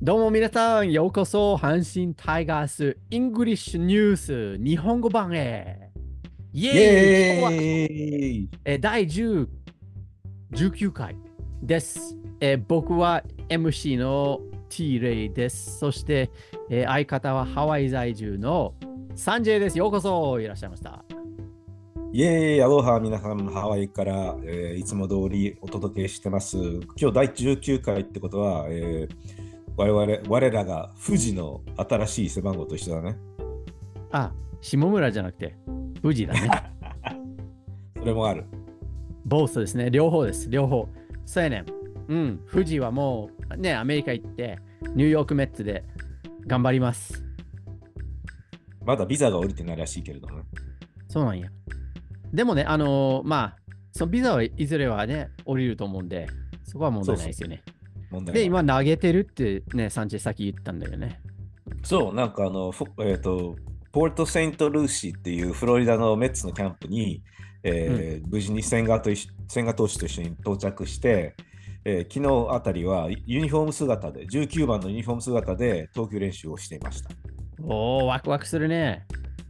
どうも皆さん、ようこそ阪神タイガースイングリッシュニュース日本語版へ。イイエーイ、今日はエーイ。 第19回です。僕は MC の T レイです。そして、相方はハワイ在住のサンジェイです。ようこそいらっしゃいました。 イエーイ、アロハ、皆さん、ハワイから、いつも通りお届けしてます。今日第19回ってことは、我らが富士の新しい背番号と一緒だね。 あ、下村じゃなくて、富士だね。 それもある。 ボースですね。両方です。両方。そうやねん。うん。富士はもうね、アメリカ行って、ニューヨークメッツで頑張ります。 まだビザが降りてないらしいけれどもね。 そうなんや。でもね、まあ、そのビザはいずれはね、降りると思うんで、そこは問そうそう、 題ないですよね。で、 問題ない。 今投げてるってね、サンチェさっき言ったんだよね。 そう、なんかポートセイントルーシーっていうフロリダのメッツのキャンプに、 うん。 無事に千賀投手と一緒に到着して、昨日あたりはユニフォーム姿で、19番のユニフォーム姿で投球練習をしていました。 おー、ワクワクするね。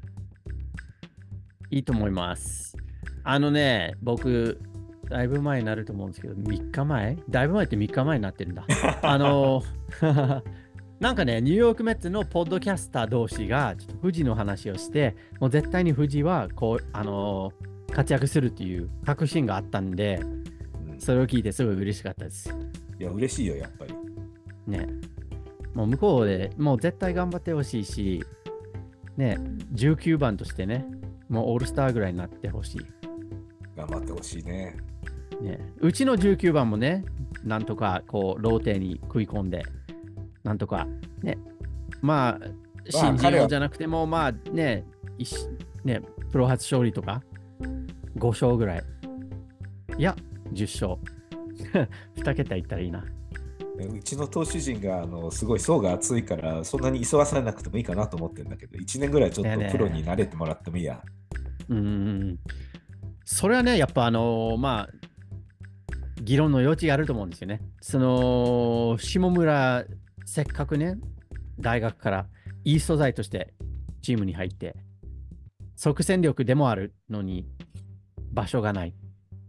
いいと思います。僕、だいぶ前になると思うんですけど、3日前だいぶ前って3日前になってるんだ。あのなんかね、ニューヨークメッツのポッドキャスター同士が、ちょっと富士の話をして、もう絶対に富士は、こう、活躍するっていう確信があったんで、 うん、 それを聞いてすごい嬉しかったです。 いや、嬉しいよ、やっぱり。 ね。もう向こうでもう絶対頑張ってほしいし、ね、19番としてね、もうオールスターぐらいになってほしい。 頑張ってほしいね。 ね、うちの19番もね、なんとかこう、ローテに食い込んで、なんとか、ね、まあ、 まあ、 新人彼は、 王じゃなくても、まあね、ね、プロ初勝利とか、5勝ぐらい。いや、10勝。2桁いったらいいな。 うちの投手陣がすごい層が厚いから、そんなに急がされなくてもいいかなと思ってるんだけど、1年ぐらいちょっねえとプロにね慣れてもらってもいいや。 え。それはね、やっぱまあ、議論の余地があると思うんですよね。下村、せっかくね、大学からいい素材としてチームに入って、即戦力でもあるのに場所がない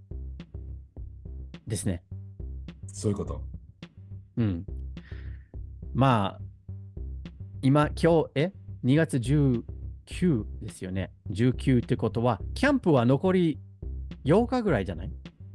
ですね。 そういうこと。 うん。まあ、今日、2月19ですよね。19ってことは、キャンプは残り8日ぐらいじゃない？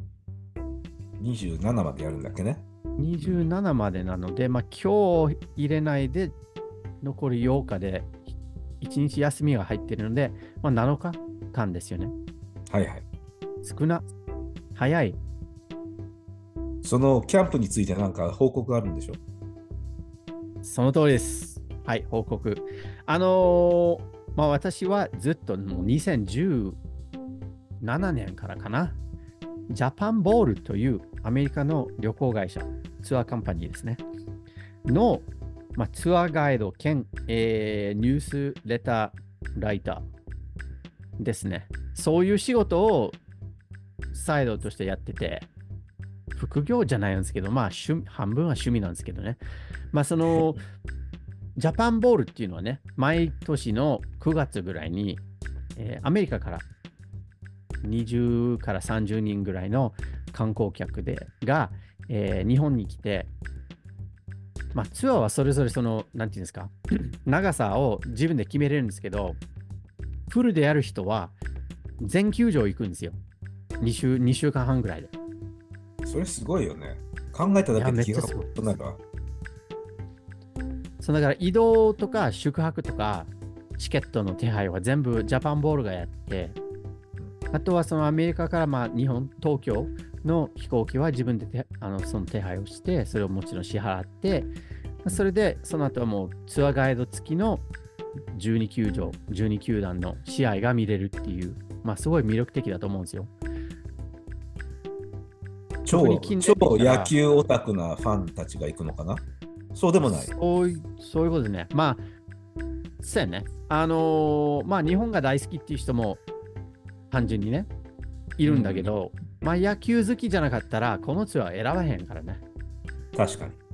27までやるんだっけね。うん、 27 までなので、まあ今日入れないで残り8日で1日休みが入っているので、まあ7日間ですよね。 はいはい。 少な、早い。 そのキャンプについてなんか報告があるんでしょ？ その通りです。はい、報告。まあ私はずっともう2017年からかな。ジャパンボールというアメリカの旅行会社、ツアーカンパニーですね。の、まあ、ツアーガイド兼、ニュースレターライターですね。そういう仕事をサイドとしてやってて、副業じゃないんですけど、まあ半分は趣味なんですけどね。まあジャパンボールっていうのはね、毎年の9月ぐらいに、アメリカから20から30人ぐらいの観光客が、日本に来て、まあ、ツアーはそれぞれなんていうんですか、長さを自分で決めれるんですけど、フルでやる人は全球場行くんですよ。2週間半ぐらいで。 それすごいよね。考えたいや、 だけで気がめっちゃすごい。 なるわ。 だから移動とか宿泊とかチケットの手配は全部ジャパンボールがやって、あとはそのアメリカから日本、東京の飛行機は自分でその手配をして、それをもちろん支払って、それでその後はもうツアーガイド付きの12球場、12球団の試合が見れるっていう、まあすごい魅力的だと思うんですよ。特に近年で言超ったら、 野球オタクなファンたちが行くのかな？そうでもない。 そういうことですね。まあ、そうやね。まあ日本が大好きっていう人も単純にね、いるんだけうん、 ど、まあ野球好きじゃなかったら、このツアー選ばへんからね。 確かに。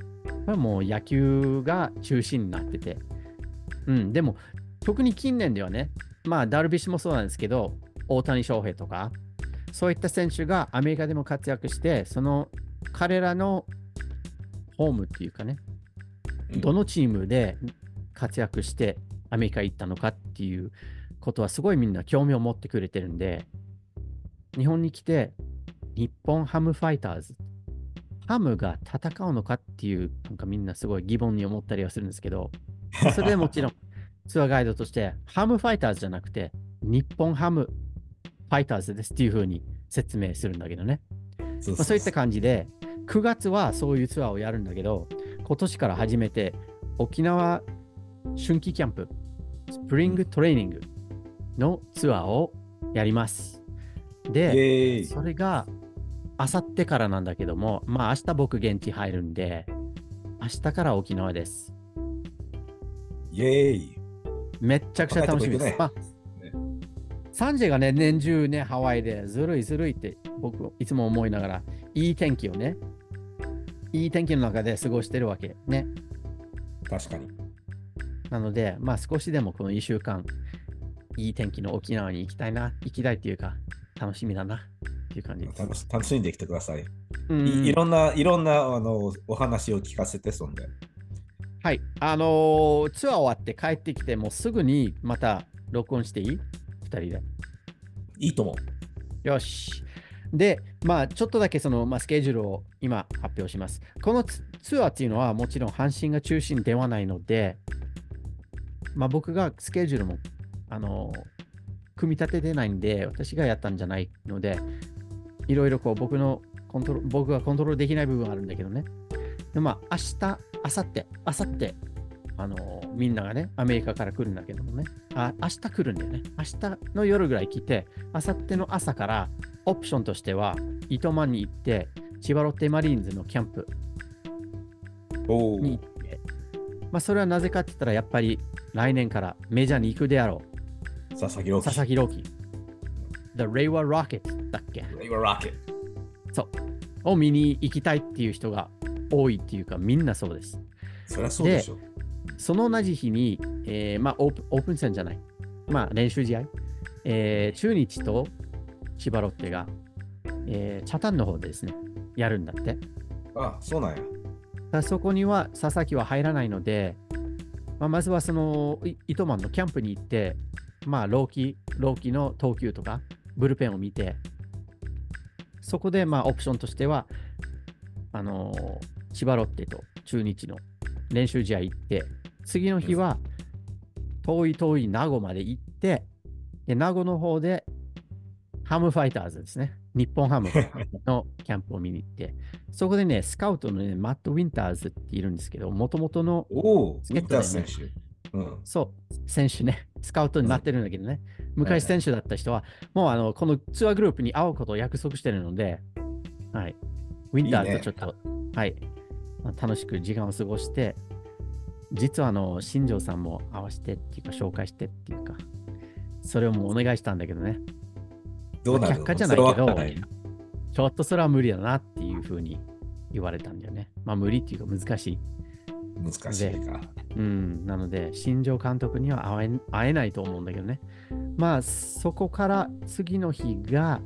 これはもう野球が中心になってて。うん、でも、特に近年ではね、まあ、ダルビッシュもそうなんですけど、大谷翔平とか、そういった選手がアメリカでも活躍して、その彼らのホームっていうかね、どのチームで活躍してアメリカ行ったのかっていうことはすごいみんな興味を持ってくれてるんで、日本に来て日本ハムファイターズ、ハムが戦うのかっていう、なんかみんなすごい疑問に思ったりはするんですけど、それでもちろんツアーガイドとしてハムファイターズじゃなくて日本ハムファイターズですっていう風に説明するんだけどね。そういった感じで、9月はそういうツアーをやるんだけど、今年から始めて沖縄春季キャンプ、スプリングトレーニングのツアーをやります。で、それがあさってからなんだけども、まあ明日僕現地入るんで、明日から沖縄です。 イエーイ。 めっちゃくちゃ楽しみです。まあ、サンジェがね、年中ね、ハワイでずるいずるいって僕いつも思いながら、いい天気をね、いい天気の中で過ごしてるわけね。 確かに。 なので、まあ少しでもこの1週間、いい天気の沖縄に行きたいっていうか、楽しみだなっていう感じです。 楽しんできてください。いろんなお話を聞かせて、そんで。 はい。ツアー終わって帰ってきて、もうすぐにまた録音していい ?2 人で。 いいと思う。よし。で、まあ、ちょっとだけその、スケジュールを今発表します。このツアーっていうのはもちろん阪神が中心ではないので、僕がスケジュールも、組み立ててないんで、私がやったんじゃないので、いろいろこう僕がコントロールできない部分があるんだけどね。で明日、明後日、みんながね、アメリカから来るんだけどもね、明日来るんだよね。明日の夜ぐらい来て、明後日の朝からオプションとしては、糸満に行って、千葉ロッテマリーンズのキャンプに行って、それはなぜかって言ったら、やっぱり来年からメジャーに行くであろう。 佐々木朗希。The Reiwa Rocket だっけ？ Reiwa Rocket。 そう。を見に行きたいっていう人が多いっていうか、みんなそうです。 そりゃそうでしょ。 その同じ日に、オープン戦じゃない。練習試合。中日と千葉ロッテが、北谷の方でですね、やるんだって。 あ、そうなんや。そこには佐々木は入らないので、まずはその糸満のキャンプに行って、朗希の投球とか、ブルペンを見て、そこでオプションとしては、千葉ロッテと中日の練習試合行って、次の日は遠い名護まで行って、で名護の方でハムファイターズですね。日本ハムのキャンプを見に行って、そこでね、スカウトのね、マット・ウィンターズっているんですけど、もともとの助っ人で、ね、選手。 そう、選手ね、スカウトになってるんだけどね、昔選手だった人は、もうこのツアーグループに会うことを約束してるので、はい、ウィンターズとちょっと、はい、楽しく時間を過ごして、実は新庄さんも合わせてっていうか、紹介してっていうか、それをもうお願いしたんだけどね。 どうなるの？ 却下じゃないけど、ちょっとそれは無理だなっていうふうに言われたんだよね。無理っていうか難しい。 難しいか。 なので、新庄監督には会えないと思うんだけどね。そこから次の日が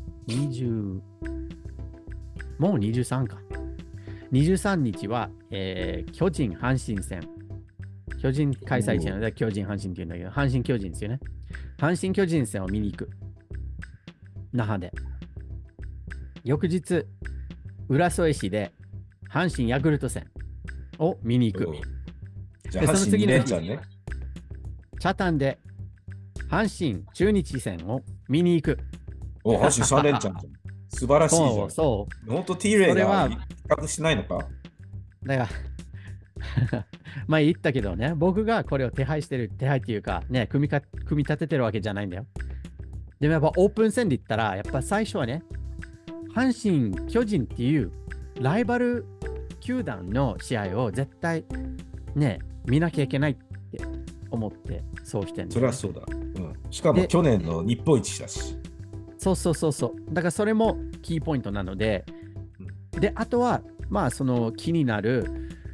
もう23か。23日は、巨人阪神戦。巨人開催地なので、巨人阪神っていうんだけど、阪神巨人ですよね。阪神巨人戦を見に行く。那覇で。翌日、浦添市で阪神ヤクルト戦を見に行く。 じゃあ、その次の日、 北谷で阪神中日戦を見に行く。 阪神3連チャン。素晴らしいじゃん。 そう。 本当 T レイが比較しないのか？ だから前言ったけどね、僕がこれを手配っていうか、ね、組み立ててるわけじゃないんだよ。でもやっぱオープン戦で言ったら、やっぱ最初はね、阪神、巨人っていうライバル球団の試合を絶対ね、見なきゃいけないって思ってそうしてるんだよね。 それはそうだ。しかも去年の日本一だし。 そう。だからそれもキーポイントなので、で、あとは、その気になる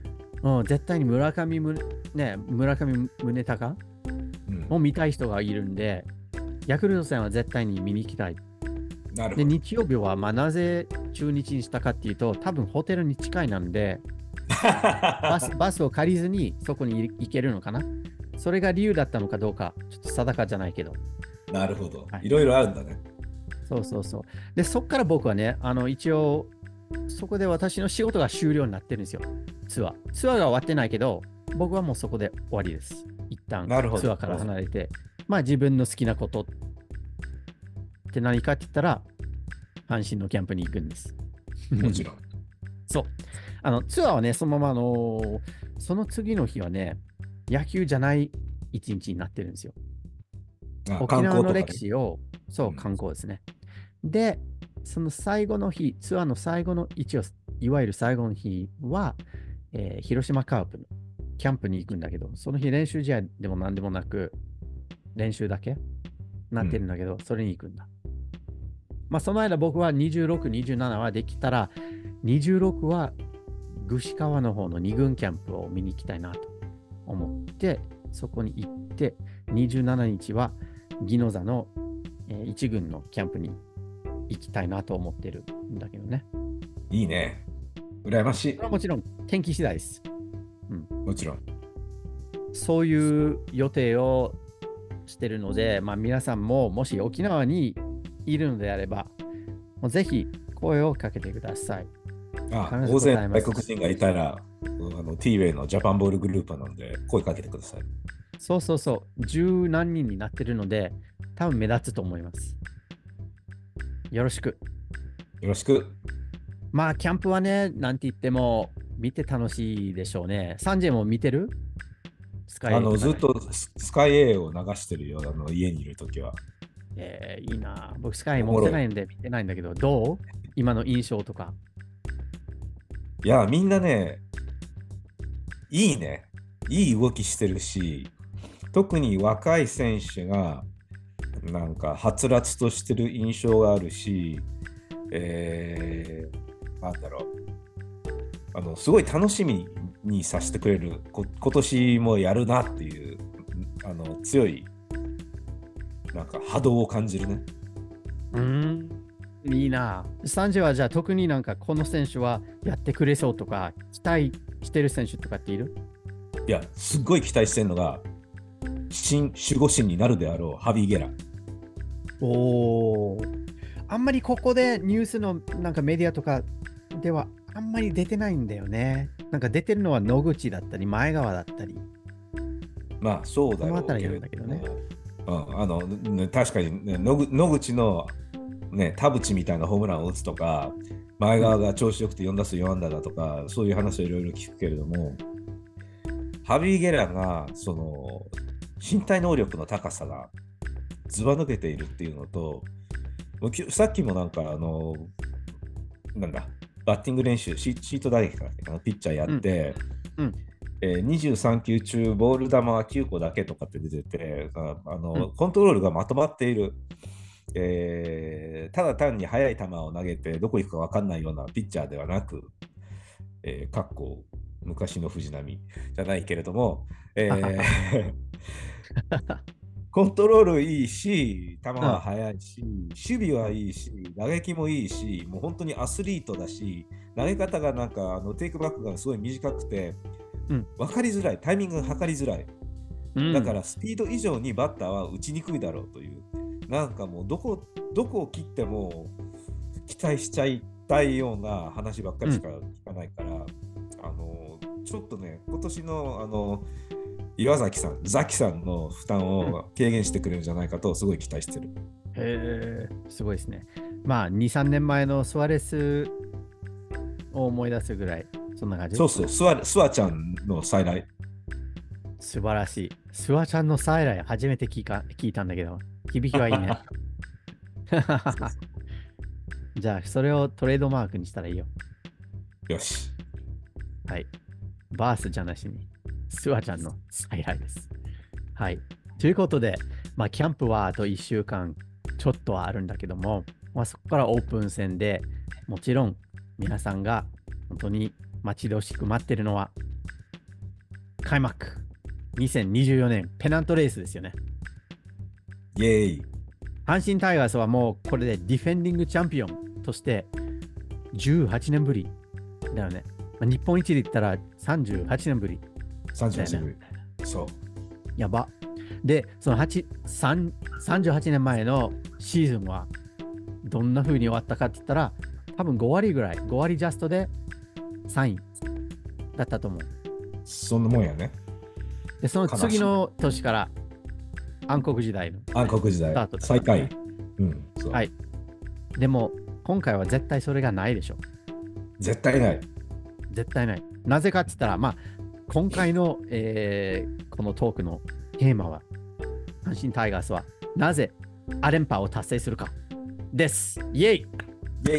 うん、絶対に村上宗隆うん、 を見たい人がいるんで、ヤクルト戦は絶対に見に行きたい。で、 なるほど。 日曜日は、なぜ中日にしたかっていうと、多分ホテルに近いなんで、バスを借りずにそこに行けるのかな。それが理由だったのかどうか、ちょっと定かじゃないけど。 なるほど。 はい、 いろいろあるんだね。 そうそうそう。で、そこから僕はね、一応、そこで私の仕事が終了になってるんですよ。ツアー。ツアーが終わってないけど、僕はもうそこで終わりです。一旦なるほど。 ツアーから離れて、自分の好きなことって何かって言ったら、阪神のキャンプに行くんです。 もちろん。 そう。ツアーはね、そのまま、その次の日はね、野球じゃない一日になってるんですよ。沖縄の歴史を、そう、観光ですね。で、その最後の日、ツアーの最後の、一応、いわゆる最後の日は、広島カープのキャンプに行くんだけど、その日練習試合でも何でもなく、練習だけなってるんだけど、それに行くんだ。その間僕は26、27はできたら、26は串川の方の2軍キャンプを見に行きたいなと思って、そこに行って、27日は宜野座の、1軍のキャンプに行きたいなと思ってるんだけどね。 いいね。羨ましい。 もちろん天気次第です。 もちろん。 そういう予定をしてるので、皆さんももし沖縄にいるのであれば、もうぜひ声をかけてください。 大勢外国人がいたら、T-Way のジャパンボールグループなので、声かけてください。 そうそうそう。十何人になってるので、多分目立つと思います。よろしく。 よろしく。 キャンプはね、なんて言っても、見て楽しいでしょうね。サンジェも見てる？ スカイ A ずっとスカイ A を流してるよ、家にいるときは。 いいな。僕、スカイ持ってないんで見てないんだけど、どう？今の印象とか。 いや、みんなね、いいね。いい動きしてるし、特に若い選手が、なんか、はつらつとしてる印象があるし、なんだろう。すごい楽しみにさせてくれる、今年もやるなっていう、強い、なんか波動を感じるね。 いいな。サンジェはじゃあ特になんかこの選手はやってくれそうとか、期待してる選手とかっている？ いや、すっごい期待してるのが、新守護神になるであろう、ハビー・ゲラ。 あんまりここでニュースのなんかメディアとかではあんまり出てないんだよね。なんか出てるのは野口だったり、前川だったり。 そうだろうけどね。確かに、ね、野口の、ね、田淵みたいなホームランを打つとか、前川が調子よくて4打数4安打だとか、そういう話をいろいろ聞くけれども、ハビー・ゲラがその身体能力の高さがずば抜けているっていうのと、さっきもなんかなんだバッティング練習シート打撃からピッチャーやって、23球中ボール球は9個だけとかって出てて、コントロールがまとまっている、ただ単に速い球を投げてどこ行くか分かんないようなピッチャーではなく、かっこ昔の藤浪じゃないけれども、コントロールいいし、球は速いし、守備はいいし、打撃もいいし、もう本当にアスリートだし、投げ方がなんかテイクバックがすごい短くて、分かりづらい、タイミングが測りづらい。だからスピード以上にバッターは打ちにくいだろうという、なんかもうどこを切っても期待しちゃいたいような話ばっかりしか聞かないから、ちょっとね、今年の岩崎さん、ザキさんの負担を軽減してくれるんじゃないかとすごい期待してる。 すごいですね。2、3年前のスワレスを思い出すぐらい、そんな感じ。 そうそう、スワちゃんの再来。 素晴らしい。スワちゃんの再来、初めて聞いたんだけど、響きはいいね。じゃあ、それをトレードマークにしたらいいよ。 よし。 はい。バースじゃなしに、スワちゃんの再来です。はい。ということで、キャンプはあと1週間ちょっとはあるんだけども、そこからオープン戦でもちろん皆さんが本当に待ち遠しく待ってるのは開幕。2024年ペナントレースですよね。 イェーイ。 阪神タイガースはもうこれでディフェンディングチャンピオンとして18年ぶりだよね。日本一で言ったら38年ぶり。 38年ぶり。そう。 やば。で、その38年前のシーズンはどんな風に終わったかって言ったら、多分5割ぐらい、5割ジャストで3位だったと思う。 そんなもんやね。 で、その次の年から暗黒時代の暗黒時代スタートだ、 再開。うん、そう。 はい。でも、今回は絶対それがないでしょ。 絶対ない。 絶対ない。なぜかって言ったら、まあ、今回の、このトークのテーマは、阪神タイガースはなぜア連覇を達成するかです。イェイイェイ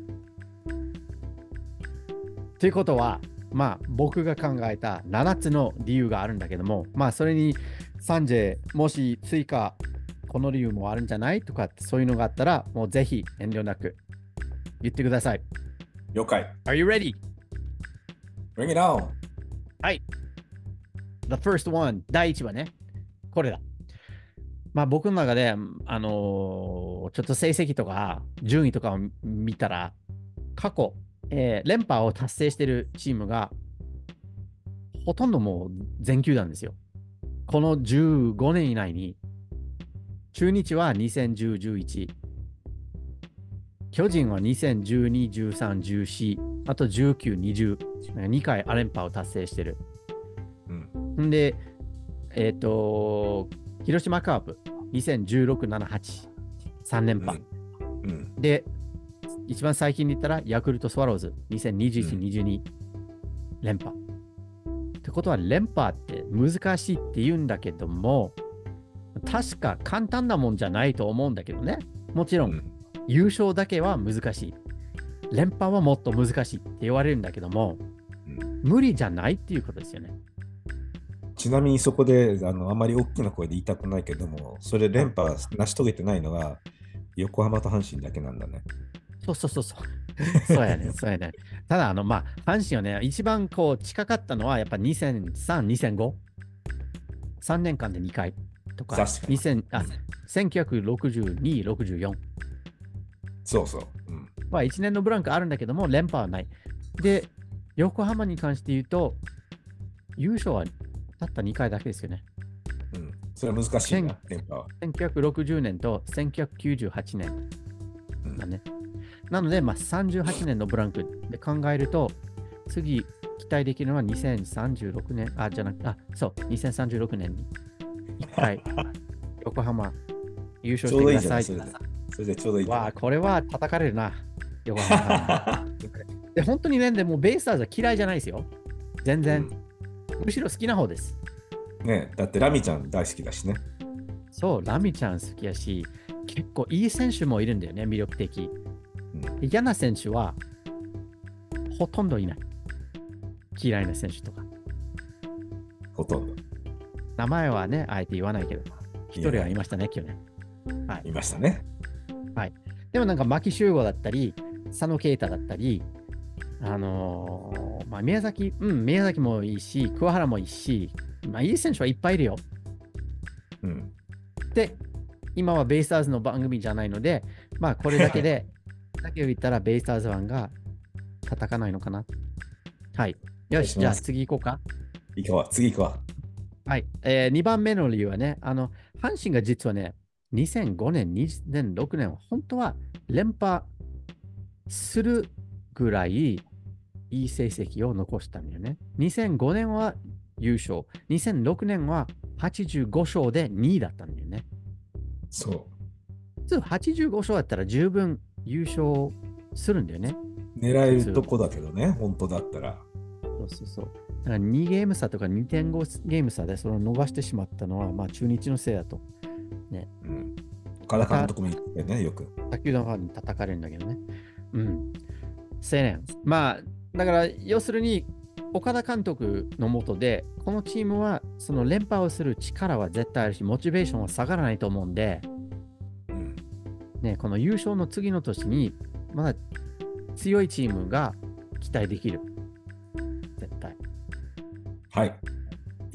ということは、まあ、僕が考えた7つの理由があるんだけども、まあ、それにサンジェ、もし追加、この理由もあるんじゃないとかって、そういうのがあったら、もうぜひ遠慮なく言ってください。 了解。 Are you ready? Bring it on! はい。The first one、第1話ね。これだ。まあ僕の中で、ちょっと成績とか順位とかを見たら、過去、連覇を達成しているチームが、ほとんどもう全球団ですよ。この15年以内に、中日は2010、11、巨人は2012、13、14、あと19、20、2回ア連覇を達成してる。んで、広島カープ、2016、7、8、3連覇。で、一番最近で言ったら、ヤクルトスワローズ、2021、22、連覇。ってことは、連覇って難しいって言うんだけども、確か簡単なもんじゃないと思うんだけどね。もちろん、優勝だけは難しい。連覇はもっと難しいって言われるんだけども、無理じゃないっていうことですよね。 ちなみにそこであまり大きな声で言いたくないけども、それ連覇成し遂げてないのは横浜と阪神だけなんだね。 そう。そうやね、そうやね。ただ、まあ、阪神はね、一番こう近かったのはやっぱ2003、2005。3年間で2回とか、1962、64。 そう。 まあ、1年のブランクあるんだけども、連覇はない。で、横浜に関して言うと、優勝はたった2回だけですよね。 それは難しいな、連覇は。 1960年と1998年だね。なので、まあ、38年のブランクで考えると、次期待できるのは2036年、2036年に1回、横浜優勝してください。 それでちょうどいい。 わあ、これは叩かれるな、横浜。で、本当にね、でもベイスターズは嫌いじゃないですよ。全然。むしろ好きな方です。 ね、だってラミちゃん大好きだしね。 そう、ラミちゃん好きやし、結構いい選手もいるんだよね、魅力的。嫌な選手はほとんどいない。嫌いな選手とか。 ほとんど。 名前はね、あえて言わないけど、一人はいましたね、去年。はい。 いましたね。 はい。でもなんか、牧秀悟だったり、佐野啓太だったり、まあ、宮崎もいいし、桑原もいいし、まあ、いい選手はいっぱいいるよ。で、今はベイスターズの番組じゃないので、まあ、これだけで、だけを言ったらベイスターズファンが叩かないのかな。はい。よし、じゃあ次行こうか。 次行こう。はい。2番目の理由はね、阪神が実はね、2005年、2006年は本当は連覇するぐらいいい成績を残したんだよね。2005年は優勝。2006年は85勝で2位だったんだよね。 そう。 普通85勝だったら十分優勝するんだよね。 狙えるとこだけどね、本当だったら。 そう。だから2ゲーム差とか 2.5 ゲーム差でそれを伸ばしてしまったのは、まあ中日のせいだと。ね。 岡田監督も言ってね、よく。 卓球のファンに叩かれるんだけどね。青年。まあ、だから要するに、岡田監督の下で、このチームはその連覇をする力は絶対あるし、モチベーションは下がらないと思うんで、ね、この優勝の次の年に、まだ強いチームが期待できる。絶対。 はい。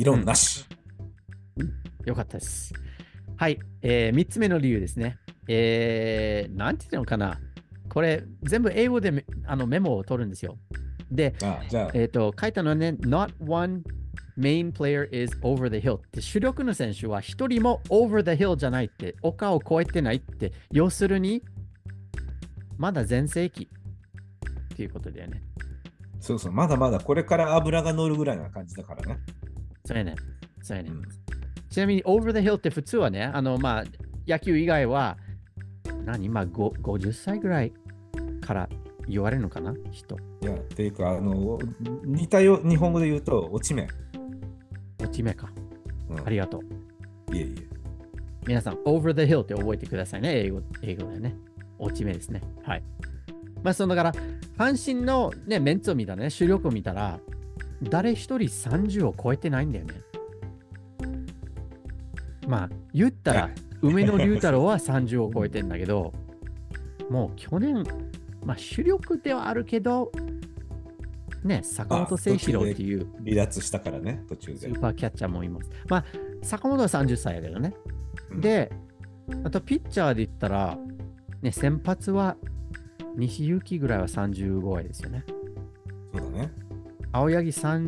議論なし。 よかったです。はい、3つ目の理由ですね。なんていうのかな。これ、全部英語でメモを取るんですよ。で、 じゃあ、 書いたのはね、not one main player is over the hill って主力の選手は一人も over the hill じゃないって、丘を越えてないって、要するに、まだ全盛期っていうことだよね。 そうそう、まだまだこれから油が乗るぐらいな感じだからね。 そうやね。そうやね。ちなみに over the hill って普通はね、野球以外は、50歳ぐらいから言われるのかな人。 いや、っていうか、似たよ日本語で言うと、落ち目。 落ち目か。ありがとう。 いえいえ。 皆さん、over the hill って覚えてくださいね。英語でね。落ち目ですね。はい。だから、阪神のね、メンツを見たらね、主力を見たら、誰一人30を超えてないんだよね。言ったら、梅野龍太郎は30を超えてんだけど、もう去年、主力ではあるけど、ね、坂本誠志郎っていう。 離脱したからね、途中で。 スーパーキャッチャーもいます。坂本は30歳やけどね。で、あとピッチャーで言ったら、ね、先発は西勇輝ぐらいは35歳ですよね。 そうだね。 青柳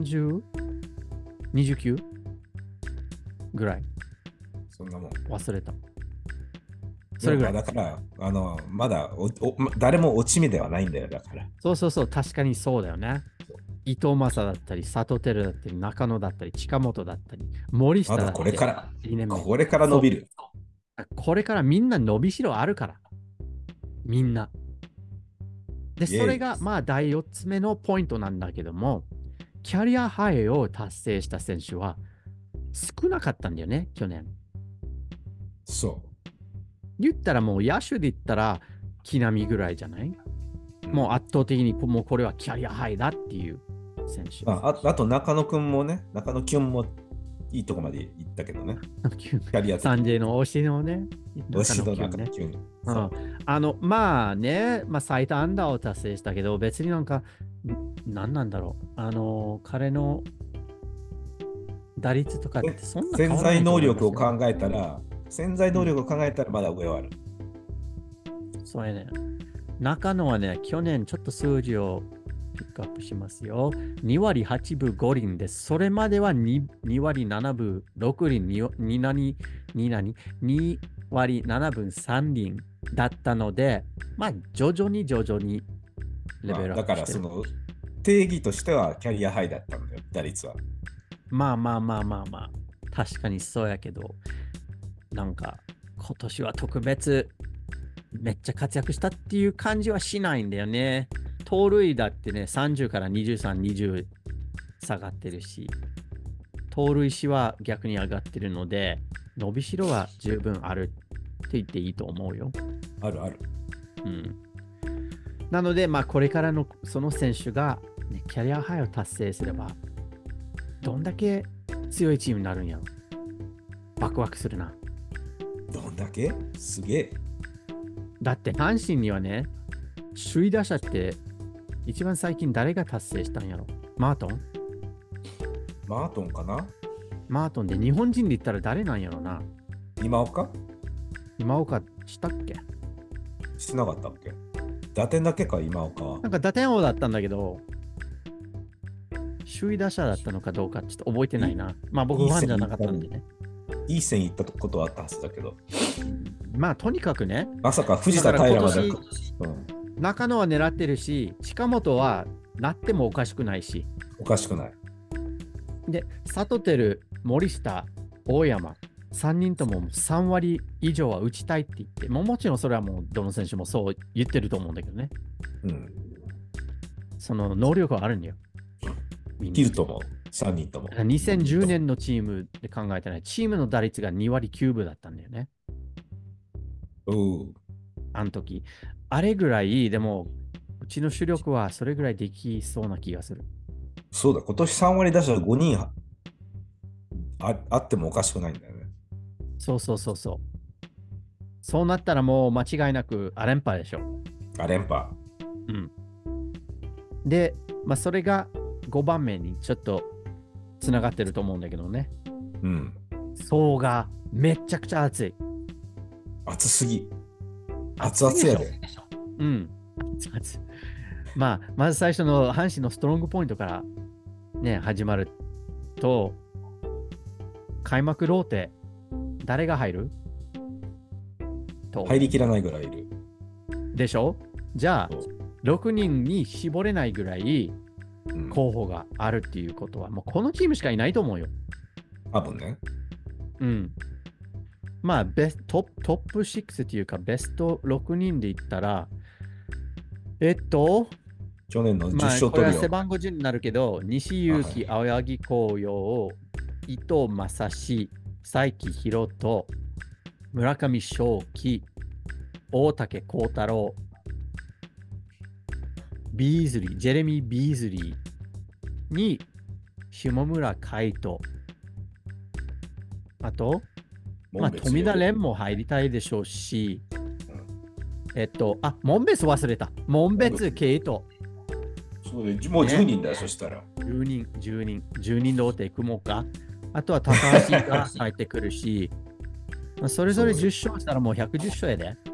30、29ぐらい。 そんなもん。 忘れた。それぐらい。 だから、まだ誰も落ち目ではないんだよ、だから。 そう、確かにそうだよね。伊藤正だったり、佐藤輝だったり、中野だったり、近本だったり、森下だったり。 まだこれから伸びる。 これからみんな伸びしろあるから。みんな。で、それが第4つ目のポイントなんだけども、キャリアハイを達成した選手は少なかったんだよね、去年。 そう。 言ったらもう野手で言ったら木浪ぐらいじゃない、もう圧倒的にもうこれはキャリアハイだっていう選手。 あと中野くんもね、中野キュンもいいとこまで行ったけどね。 キャリアサンジェの推しのね。 推しの中野キュン。 最多安打を達成したけど、別に何なんだろう。彼の打率とかってそんな潜在能力を考えたら、まだ上はある。 そうやね。中野はね、去年ちょっと数字をピックアップしますよ。2割8分5厘です。それまでは 2割7分6厘、2割7分3厘だったので、徐々にレベルアップしてる。 だからその定義としてはキャリアハイだったんだよ、打率は。 確かにそうやけど、今年は特別めっちゃ活躍したっていう感じはしないんだよね。盗塁だってね、30から23、20下がってるし、盗塁士は逆に上がってるので、伸びしろは十分あるって言っていいと思うよ。 ある。 なので、これからのその選手が、キャリアハイを達成すれば、どんだけ強いチームになるんやろ。ワクワクするな。 どんだけすげえ。 だって阪神にはね、首位打者って一番最近誰が達成したんやろ。マートンかな。 マートンで日本人で言ったら誰なんやろな。 今岡したっけ？ してなかったっけ？打点だけか、今岡は。 打点王だったんだけど、首位打者だったのかどうかちょっと覚えてないな。僕ファンじゃなかったんでね。 いい線いったことはあったはずだけど。 とにかくね。 まさか藤田平まで。 中野は狙ってるし、近本はなってもおかしくないし。 おかしくない。 で、佐藤輝、森下、大山、3人とも3割以上は打ちたいって言って、もちろんそれはもうどの選手もそう言ってると思うんだけどね。その能力はあるんだよ。 切ると思う、3人とも。 2010年のチームで考えてない。チームの打率が2割9分だったんだよね。あの時。あれぐらい、でも、うちの主力はそれぐらいできそうな気がする。 そうだ、今年3割打者5人あってもおかしくないんだよね。 そう。そうなったらもう間違いなくア連覇でしょ。 ア連覇。 で、それが5番目にちょっとつながってると思うんだけどね。 うん。 層がめちゃくちゃ熱い。 熱すぎ。熱熱い 々やで。 うん。熱々。まあ、まず最初の阪神のストロングポイントからね、始まると、開幕ローテ、誰が入ると入りきらないぐらいいる。 でしょ。じゃあ、 そう 6人に絞れないぐらいうん候補があるっていうことは、もうこのチームしかいないと思うよ。 多分ね。 うん。まあ、トップ6っていうか、ベスト6人で言ったら、 去年の10 まあ、 勝これは取るよ。 背番号順になるけど、西勇輝、青柳紅葉、伊藤正史、才木博人、村上正輝、大竹幸太郎、ビーズリー、ジェレミー・ビーズリーに、下村海斗、あと、まあ、富田蓮も入りたいでしょうし、門別忘れた。門別圭斗。 そうでもう10人だよ、そしたら。 10人ローテ組もうか。あとは高橋が入ってくるし、まあそれぞれ10勝したらもう110勝やで。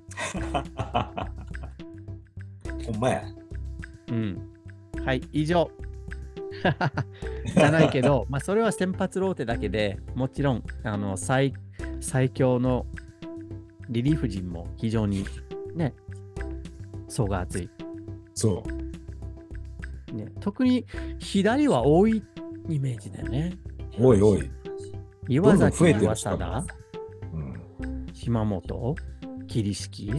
ほんまや。 うん。はい、以上。じゃないけど、まあそれは先発ローテだけで、もちろん最強のリリーフ陣も非常にね、層が厚い。 そう。 ね、特に左は多いイメージだよね。 おいおい。 岩崎、 どんどん増えてる岩貞、 うん、 島本、桐敷、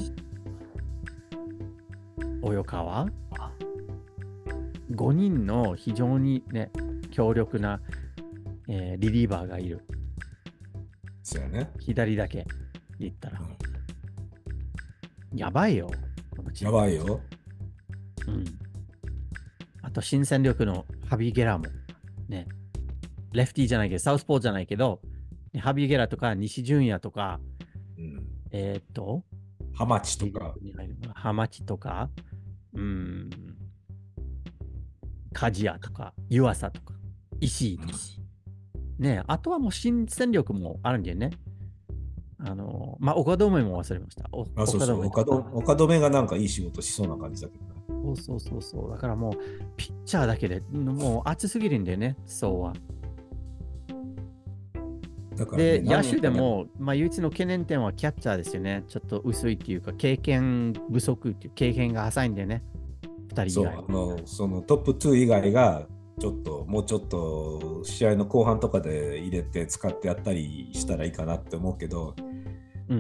及川、5人の非常にね、強力な、リリーバーがいる。 そうやね。 左だけ言ったら。やばいよ。 やばいよ。 うん。あと、新戦力のハビー・ゲラも、ね、レフティーじゃないけど、サウスポーじゃないけど、ハビー・ゲラとか西純也とか、 うん、 ハマチとか、 ハマチとか、梶谷とか、湯浅とか、石井とか、ね、あとはもう新戦力もあるんだよね。まあ、岡留も忘れました。 そうそう、岡留がなんかいい仕事しそうな感じだけどね。 そう。だからもう、ピッチャーだけでもう熱すぎるんだよね、そうは。だからね、で、野手でも、まあ、唯一の懸念点はキャッチャーですよね。ちょっと薄いっていうか、経験不足っていう、経験が浅いんだよね。2人以外。 そのトップ2以外が、もうちょっと試合の後半とかで入れて使ってやったりしたらいいかなって思うけど。 うん。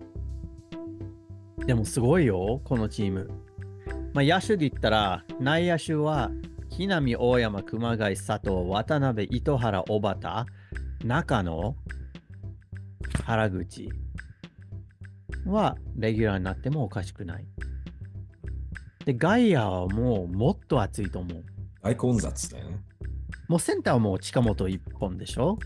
でもすごいよ、このチーム。まあ、野手で言ったら、内野手は、木浪、大山、熊谷、佐藤、渡辺、糸原、小畑、中野、原口はレギュラーになってもおかしくない。で、外野はもっと熱いと思う。 大混雑だよね。 もうセンターはもう近本一本でしょ。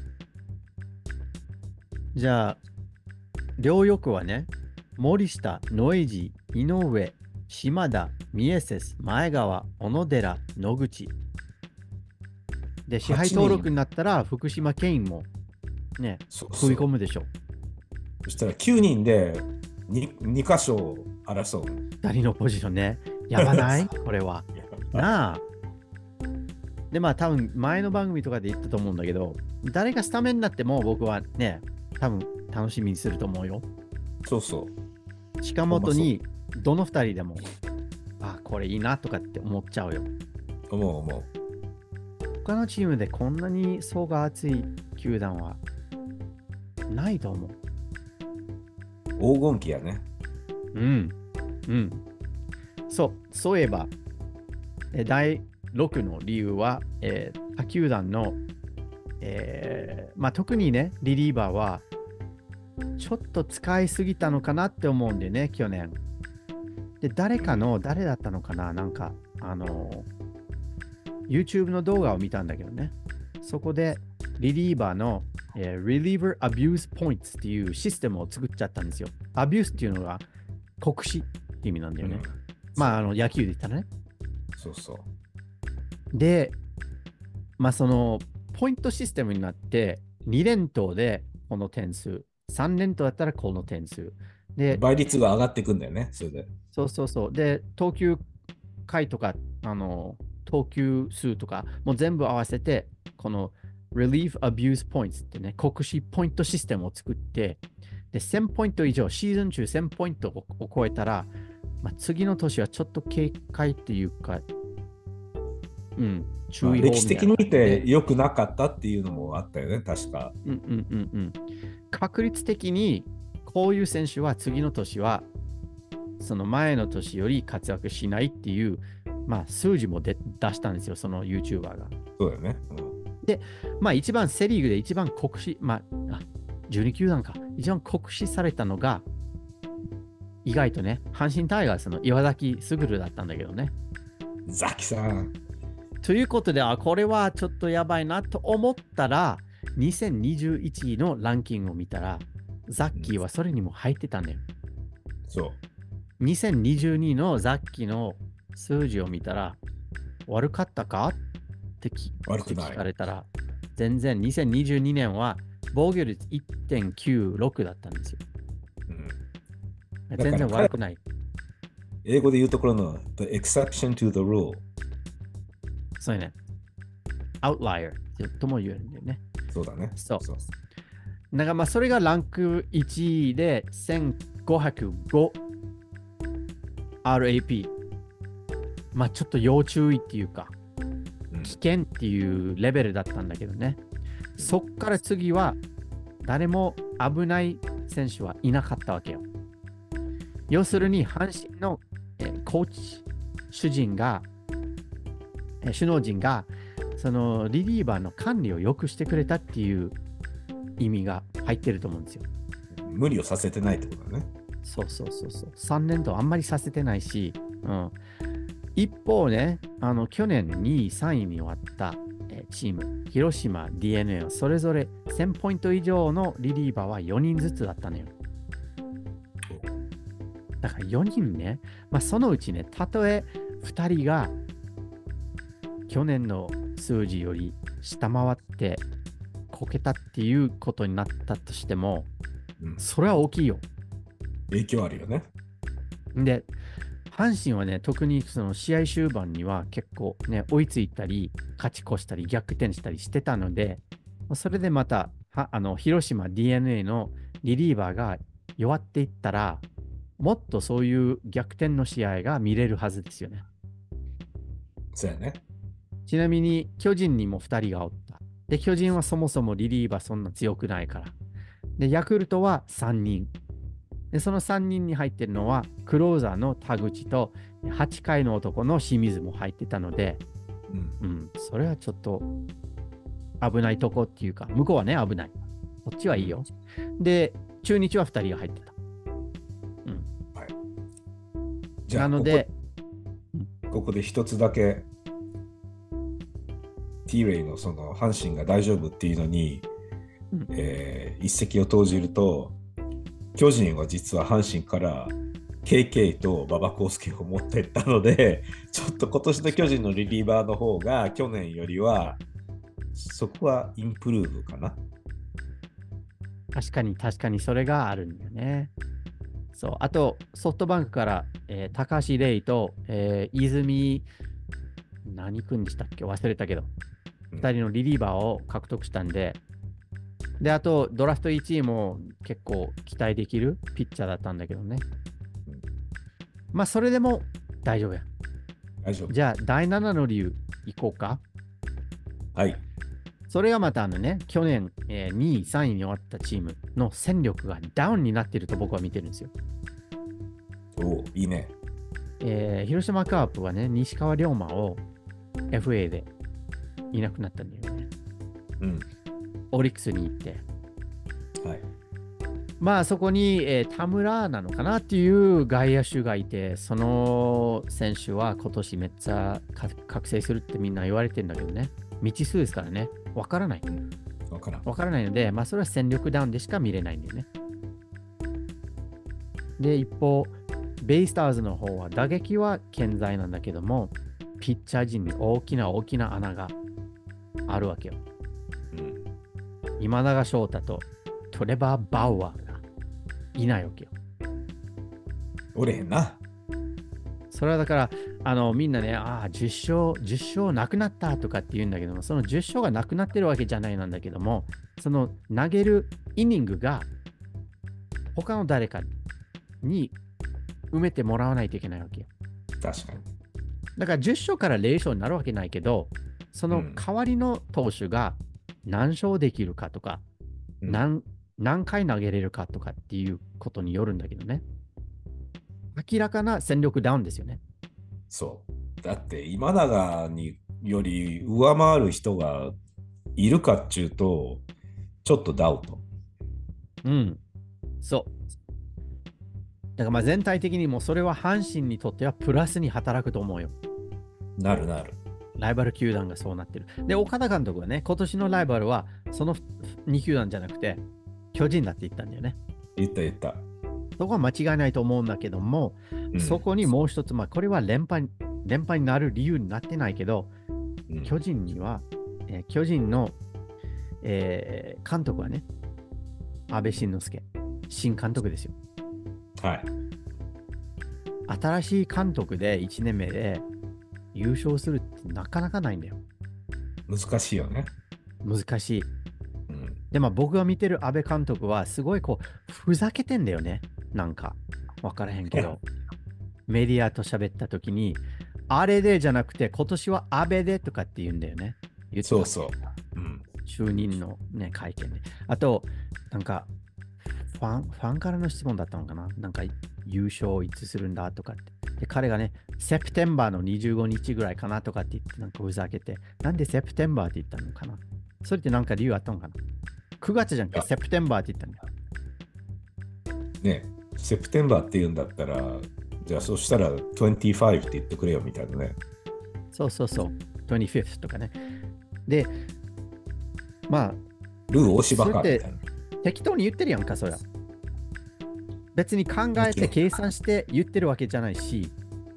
じゃあ、両翼はね、森下、ノイジー、井上、島田、ミエセス、前川、小野寺、野口。で、支配登録になったら福島ケインもね、食い込むでしょ。 そしたら9人で 2箇所争う。 2人のポジションね。やばないこれは。なあ。で、まあ多分前の番組とかで言ったと思うんだけど、誰がスタメンになっても僕はね、多分楽しみにすると思うよ。 そうそう。 近本にどの2人でも、あ、これいいなとかって思っちゃうよ。 思う。 他のチームでこんなに層が厚い球団はないと思う。 黄金期やね。 うん。そういえば、第6の理由は、他球団の、まあ、特にね、リリーバーは、ちょっと使いすぎたのかなって思うんでね、去年。で、誰だったのかななんか、YouTube の動画を見たんだけどね。そこで、リリーバーの、Reliever Abuse Points っていうシステムを作っちゃったんですよ。Abuse っていうのが、酷使って意味なんだよね。まあ、野球で言ったらね。 そう。 で、まあ、その、 ポイントシステムになって、2連投でこの点数、3連投だったらこの点数。で、 倍率が上がっていくんだよね、それで。 そうそうそう。で、投球回とか、投球数とか、もう全部合わせて、この Relief Abuse Points ってね、国試ポイントシステムを作って、で、1000ポイント以上、シーズン中1000ポイントを超えたら、まあ、次の年はちょっと警戒っていうか、注意報みたいな。 歴史的に見て良くなかったっていうのもあったよね、確か。 確率的に、こういう選手は次の年は、その前の年より活躍しないっていう、まあ、数字も出したんですよ、その YouTuber が。 そうだよね。 で、まあ、一番セ・リーグで一番酷使、まあ、12球団か、一番酷使されたのが、意外とね、阪神タイガースの岩崎優だったんだけどね。 ザキさん。 ということで、これはちょっとやばいなと思ったら、2021のランキングを見たら、ザッキーはそれにも入ってたんだよ。 そう。 2022のザッキーの数字を見たら、悪かったかって聞かれたら、全然2022年は防御率 1.96 だったんですよ。全然悪くない。 英語で言うところの The exception to the rule。 そうね。outlier とも言えるんだよね。 そうだね。 そう。だからまあそれがランク1位で1505 RAP。まあちょっと要注意っていうか、危険っていうレベルだったんだけどね。そっから次は誰も危ない選手はいなかったわけよ。要するに阪神の、コーチ首脳陣がそのリリーバーの管理を良くしてくれたっていう意味が入ってると思うんですよ。 無理をさせてないってことだね。 そう。3年とあんまりさせてないし、一方ね、去年2位、3位に終わった、チーム、広島、DNA はそれぞれ1000ポイント以上のリリーバーは4人ずつだったのよ。だから4人ね、まあ、そのうちね、たとえ2人が去年の数字より下回ってこけたっていうことになったとしても、それは大きいよ。 影響あるよね。 で、阪神はね、特にその試合終盤には結構ね、追いついたり、勝ち越したり、逆転したりしてたので、それでまた、広島 DNA のリリーバーが弱っていったら、もっとそういう逆転の試合が見れるはずですよね。 そうやね。 ちなみに、巨人にも2人がおった。で、巨人はそもそもリリーバーそんな強くないから。で、ヤクルトは3人。で、その3人に入ってるのは、クローザーの田口と、8回の男の清水も入ってたので、それはちょっと危ないとこっていうか、向こうはね、危ない。こっちはいいよ。で、中日は2人が入ってた。 はい。じゃあ、 なので、 ここで一つだけ、T レイのその阪神が大丈夫っていうのに、一石を投じると、巨人は実は阪神から KK と馬場康介を持っていったので、ちょっと今年の巨人のリリーバーの方が去年よりはそこはインプルーブかな。 確かにそれがあるんだよね。そう。あと、ソフトバンクから、高橋礼と、泉、何君でしたっけ忘れたけど、2人のリリーバーを獲得したんで、で、あと、ドラフト1位も結構期待できるピッチャーだったんだけどね。まあ、それでも大丈夫や。 大丈夫。 じゃあ、第7の理由、いこうか。 はい。 それがまた去年、2位、3位に終わったチームの戦力がダウンになっていると僕は見てるんですよ。 お、いいね。 広島カープはね、西川龍馬を FA でいなくなったんだよね。オリックスに行って。 はい。 まあそこに、田村なのかなっていう外野手がいて、その選手は今年めっちゃ覚醒するってみんな言われてるんだけどね。未知数ですからね。わからない。わからないので、まあそれは戦力ダウンでしか見れないんだよね。で、一方、ベイスターズの方は打撃は健在なんだけども、ピッチャー陣に大きな穴があるわけよ。 今永翔太とトレバー・バウアーがいないわけよ。 おれへんな。 それはだから、みんなね、10勝なくなったとかって言うんだけども、その10勝がなくなってるわけじゃないなんだけども、その投げるイニングが他の誰かに埋めてもらわないといけないわけよ。 確かに。 だから10勝から0勝になるわけないけど、その代わりの投手が何勝できるかとか、何回投げれるかとかっていうことによるんだけどね。明らかな戦力ダウンですよね。 そう。だって今永により上回る人がいるかっちゅうと、ちょっとダウト。 うん。そう。だからまあ全体的にもそれは阪神にとってはプラスに働くと思うよ。 なるなる。 ライバル球団がそうなってる。で、岡田監督はね、今年のライバルはその2球団じゃなくて、巨人だって言ったんだよね。 言った言った。 そこは間違いないと思うんだけども、そこにもう一つ、まあ、これは連敗になる理由になってないけど、巨人には、巨人の、監督はね、安倍晋之助、新監督ですよ。 はい。 新しい監督で1年目で優勝するってなかなかないんだよ。 難しいよね。 難しい。でも僕が見てる安倍監督はすごいこうふざけてんだよね。なんか分からへんけど、メディアと喋った時にあれでじゃなくて今年は安倍でとかって言うんだよね。 そうそう。 就任の、ね、会見で。あとなんかファンからの質問だったのかな。なんか優勝いつするんだとかって。で彼がね、セプテンバーの25日ぐらいかなとかって言ってなんかふざけて、なんでセプテンバーって言ったのかな。それってなんか理由あったのかな。9月じゃんか、セプテンバーって言ったんだよ。 ね、セプテンバーって言うんだったら、じゃあそしたら25って言ってくれよみたいなね。 そうそうそう、25th とかね。で、まあ、 ルー大芝かみたいな。 適当に言ってるやんか、そりゃ。別に考えて計算して言ってるわけじゃないし、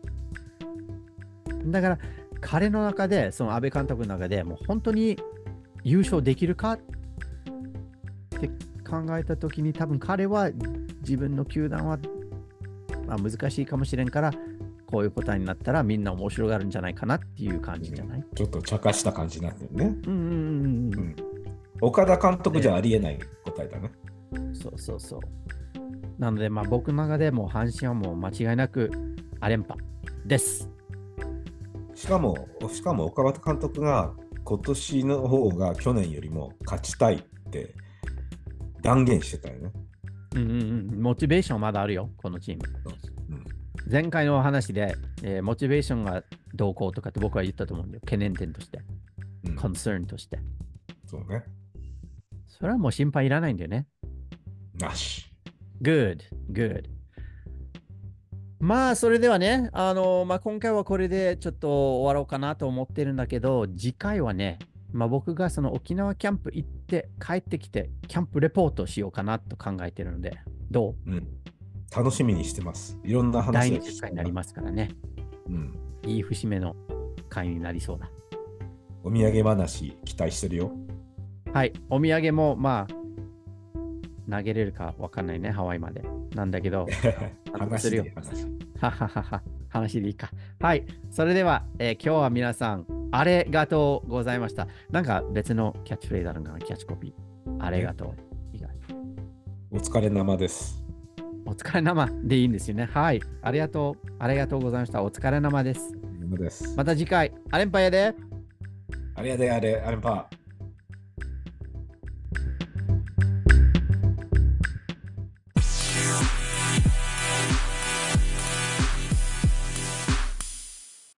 だから彼の中で、その安倍監督の中でもう本当に優勝できるかって考えたときに、多分彼は自分の球団は、まあ、難しいかもしれんから、こういう答えになったらみんな面白がるんじゃないかなっていう感じじゃない、 ちょっと茶化した感じになってるね。 岡田監督じゃありえない答えだね。 そうそうそう。なので、まあ、僕の中でも阪神はもう間違いなくア連覇です。 しかも岡田監督が今年の方が去年よりも勝ちたいって断言してたよね。 モチベーションまだあるよ、このチーム。前回の話で、モチベーションがどうこうとかって僕は言ったと思うんだよ。懸念点として。コンサーンとして。 そうね。 それはもう心配いらないんだよね。 なし。 Good. まあ、それではね、まあ、今回はこれでちょっと終わろうかなと思ってるんだけど、次回はね、まあ、僕がその沖縄キャンプ行って帰ってきて、キャンプレポートしようかなと考えてるので、どう？ 楽しみにしてます。いろんな話が第20回になりますからね。いい節目の回になりそうだ。 お土産話期待してるよ。 はい、お土産もまあ、投げれるかわかんないね、ハワイまで。なんだけど、 話でいい話でいいか。はい、それでは、今日は皆さん、ありがとうございました。なんか別のキャッチフレーズあるのかな、キャッチコピー。ありがとう。 お疲れ生です。 お疲れ生でいいんですよね。はい、ありがとうございました。お疲れ生です。また次回、アレンパイヤで。 ありがとう、アレンパー。